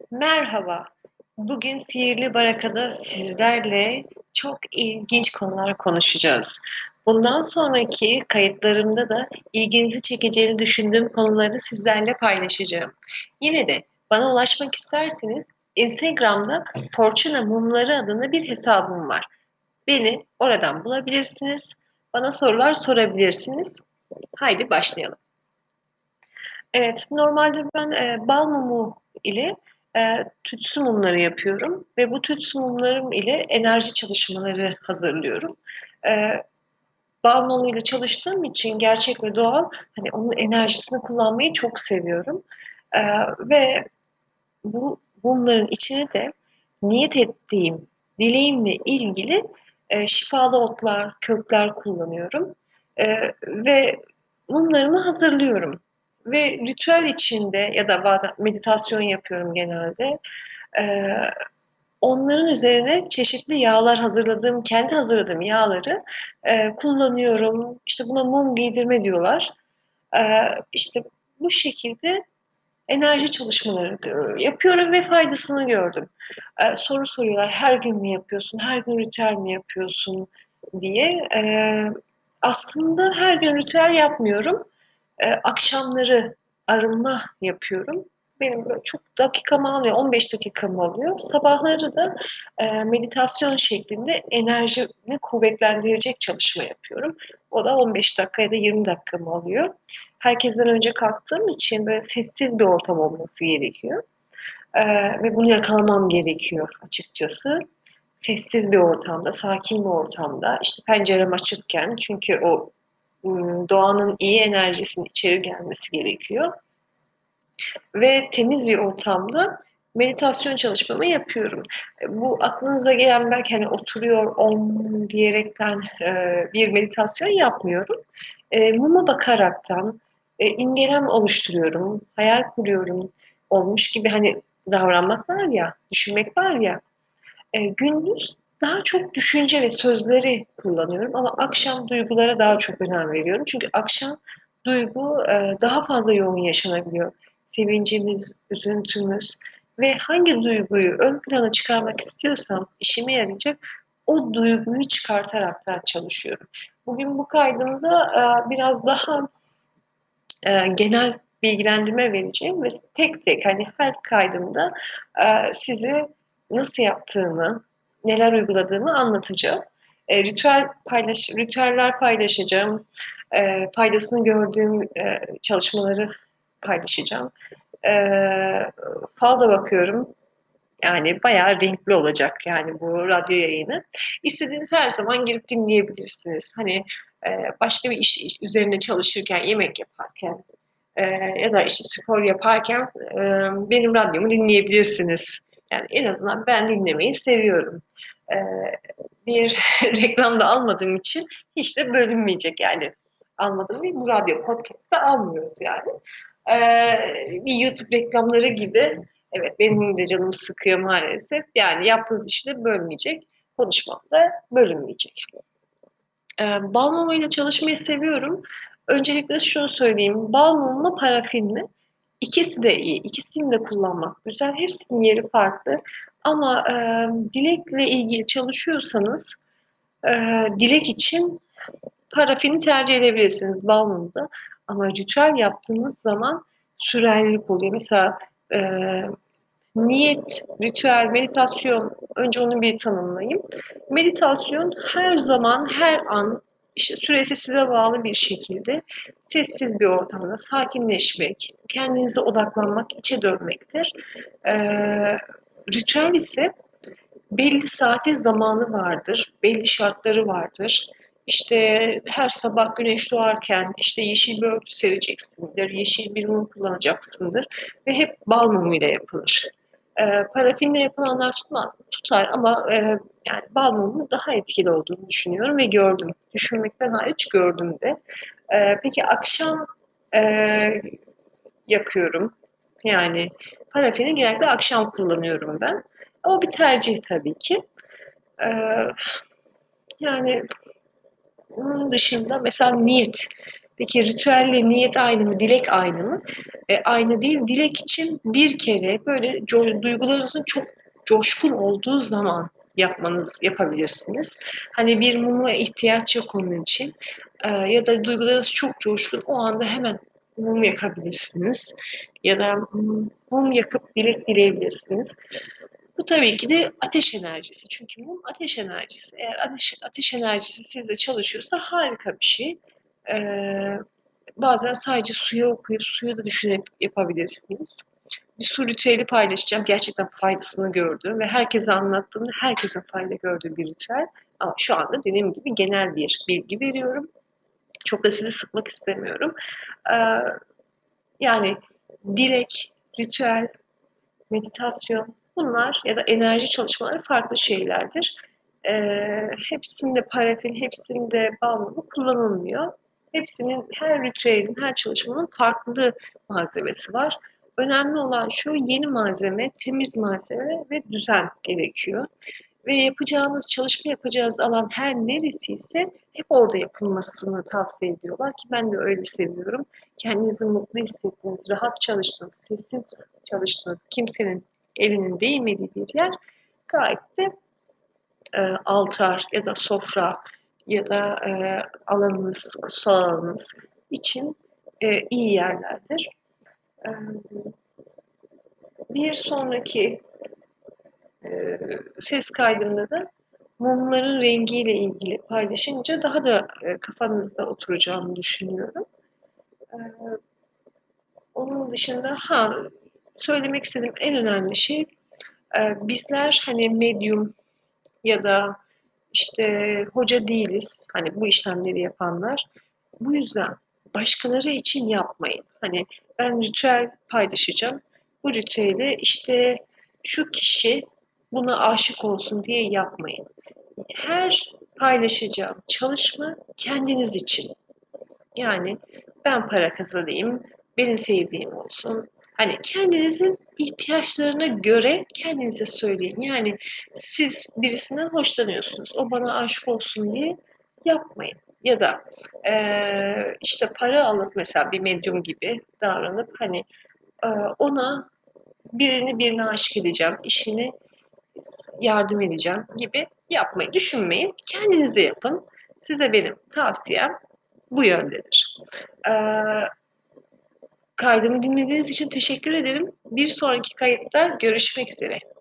Merhaba. Bugün Sihirli Baraka'da sizlerle çok ilginç konular konuşacağız. Bundan sonraki kayıtlarımda da ilginizi çekeceğini düşündüğüm konuları sizlerle paylaşacağım. Yine de bana ulaşmak isterseniz Instagram'da Fortuna Mumları adında bir hesabım var. Beni oradan bulabilirsiniz. Bana sorular sorabilirsiniz. Haydi başlayalım. Evet, normalde ben bal mumu ile tütsü mumları yapıyorum ve bu tütsü mumlarım ile enerji çalışmaları hazırlıyorum. E, Bal mumu ile çalıştığım için gerçek ve doğal, hani onun enerjisini kullanmayı çok seviyorum. E, ve bu mumların içine de niyet ettiğim dileğimle ilgili şifalı otlar, kökler kullanıyorum. E, ve mumlarımı hazırlıyorum. Ve ritüel içinde ya da bazen meditasyon yapıyorum genelde. Ee, Onların üzerine çeşitli yağlar hazırladığım, kendi hazırladığım yağları kullanıyorum. İşte buna mum giydirme diyorlar. İşte bu şekilde enerji çalışmaları yapıyorum ve faydasını gördüm. Soru soruyorlar, her gün mü yapıyorsun, her gün ritüel mi yapıyorsun diye. Aslında her gün ritüel yapmıyorum. Akşamları arınma yapıyorum. Benim böyle çok dakikamı alıyor, 15 dakikamı alıyor. Sabahları da meditasyon şeklinde enerjimi kuvvetlendirecek çalışma yapıyorum. O da 15 dakika ya da 20 dakikamı alıyor. Herkesten önce kalktığım için böyle sessiz bir ortam olması gerekiyor. Ve bunu yakalamam gerekiyor açıkçası. Sessiz bir ortamda, sakin bir ortamda, işte pencerem açıkken çünkü o doğanın iyi enerjisinin içeri gelmesi gerekiyor. Ve temiz bir ortamda meditasyon çalışmamı yapıyorum. Bu aklınıza gelen belki hani oturuyor diyerekten bir meditasyon yapmıyorum. Muma bakaraktan imgelem oluşturuyorum, hayal kuruyorum. Olmuş gibi hani davranmak var ya, düşünmek var ya. Gündüz daha çok düşünce ve sözleri kullanıyorum ama akşam duygulara daha çok önem veriyorum. Çünkü akşam duygu daha fazla yoğun yaşanabiliyor. Sevincimiz, üzüntümüz ve hangi duyguyu ön plana çıkarmak istiyorsam işime yarayacak o duyguyu çıkartaraktan çalışıyorum. Bugün bu kaydımda biraz daha genel bilgilendirme vereceğim ve tek tek hani her kaydımda size nasıl yaptığımı, neler uyguladığımı anlatacağım. Ritüeller paylaşacağım. Faydasını gördüğüm çalışmaları paylaşacağım. E, Fal da bakıyorum. Yani bayağı renkli olacak yani bu radyo yayını. İstediğiniz her zaman girip dinleyebilirsiniz. Hani başka bir iş üzerinde çalışırken, yemek yaparken ya da işte spor yaparken benim radyomu dinleyebilirsiniz. Yani en azından ben dinlemeyi seviyorum. E, Bir reklam da almadığım için hiç de bölünmeyecek yani. Almadığım değil, bu radyo podcast'ta almıyoruz yani. Bir YouTube reklamları gibi. Evet, benim de canım sıkıyor maalesef. Yani yaptığınız işi de bölmeyecek. Konuşmam da bölünmeyecek. Bal mumuyla çalışmayı seviyorum. Öncelikle şunu söyleyeyim. Bal mumu mu, parafin mi? İkisi de iyi. İkisini de kullanmak güzel. Hepsinin yeri farklı. Ama dilekle ilgili çalışıyorsanız e, dilek için parafini tercih edebilirsiniz bal mumunda. Ama ritüel yaptığınız zaman süreklilik oluyor. Mesela e, niyet, ritüel, meditasyon, önce onu bir tanımlayayım. Meditasyon her zaman, her an, işte süresi size bağlı bir şekilde sessiz bir ortamda sakinleşmek, kendinize odaklanmak, içe dönmektir. Ritüel ise belli saati zamanı vardır, belli şartları vardır. İşte her sabah güneş doğarken işte yeşil bir örtü sereceksindir, yeşil bir mum kullanacaksındır ve hep bal mumuyla yapılır. Parafinle yapılanlar tutar ama yani bal mumu daha etkili olduğunu düşünüyorum ve gördüm. Düşünmekten hariç gördüm de. Peki akşam e, yakıyorum. Yani parafini genelde akşam kullanıyorum ben. O bir tercih tabii ki. Ee, Yani onun dışında mesela niyet. Peki ritüelle niyet aynı mı, dilek aynı mı? Aynı değil. Dilek için bir kere böyle duygularınızın çok coşkun olduğu zaman yapabilirsiniz. Hani bir muma ihtiyaç yok onun için. Ya da duygularınız çok coşkun, o anda hemen mum yakabilirsiniz. Ya da mum yakıp dilek dileyebilirsiniz. Bu tabii ki de ateş enerjisi. Çünkü mum ateş enerjisi. Eğer ateş enerjisi sizde çalışıyorsa harika bir şey. Ee, Bazen sadece suya okuyup suyu da düşünerek yapabilirsiniz. Bir su ritüeli paylaşacağım. Gerçekten faydasını gördüğüm ve herkese anlattığımda herkesin fayda gördüğü bir ritüel. Ama şu anda dediğim gibi genel bir bilgi veriyorum. Çok da sizi sıkmak istemiyorum. Ee, Yani dilek, ritüel, meditasyon, bunlar ya da enerji çalışmaları farklı şeylerdir. Hepsinde parafin, hepsinde bal mumu kullanılmıyor. Hepsinin, her ritüelin, her çalışmanın farklı malzemesi var. Önemli olan şu, yeni malzeme, temiz malzeme ve düzen gerekiyor. Ve yapacağınız alan her neresiyse hep orada yapılmasını tavsiye ediyorlar ki ben de öyle seviyorum. Kendinizi mutlu hissettiğiniz, rahat çalıştığınız, sessiz çalıştığınız, kimsenin elinin değmediği bir yer gayet de altar ya da sofra ya da alanınız, kutsal alanınız için iyi yerlerdir. E, Bir sonraki ses kaydında da mumların rengiyle ilgili paylaşınca daha da kafanızda oturacağını düşünüyorum. E, Onun dışında söylemek istediğim en önemli şey, bizler hani medyum ya da işte hoca değiliz. Hani bu işlemleri yapanlar. Bu yüzden başkaları için yapmayın. Hani ben ritüel paylaşacağım. Bu ritüeli işte şu kişi buna aşık olsun diye yapmayın. Her paylaşacağım çalışma kendiniz için. Yani ben para kazanayım, benim sevdiğim olsun. Hani kendinizin ihtiyaçlarına göre kendinize söyleyin. Yani siz birisinden hoşlanıyorsunuz. O bana aşık olsun diye yapmayın. Ya da işte para alıp mesela bir medyum gibi davranıp hani ona birine aşık edeceğim, işini yardım edeceğim gibi yapmayı düşünmeyin. Kendinize yapın. Size benim tavsiyem bu yöndedir. Ee, Kaydımı dinlediğiniz için teşekkür ederim. Bir sonraki kayıtta görüşmek üzere.